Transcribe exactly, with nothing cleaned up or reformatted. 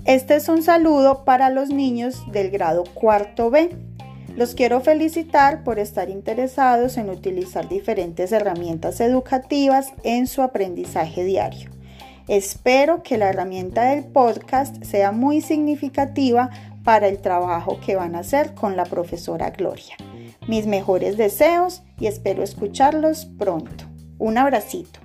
Este es un saludo para los niños del grado cuarto B. Los quiero felicitar por estar interesados en utilizar diferentes herramientas educativas en su aprendizaje diario. Espero que la herramienta del podcast sea muy significativa para el trabajo que van a hacer con la profesora Gloria. Mis mejores deseos y espero escucharlos pronto. Un abracito.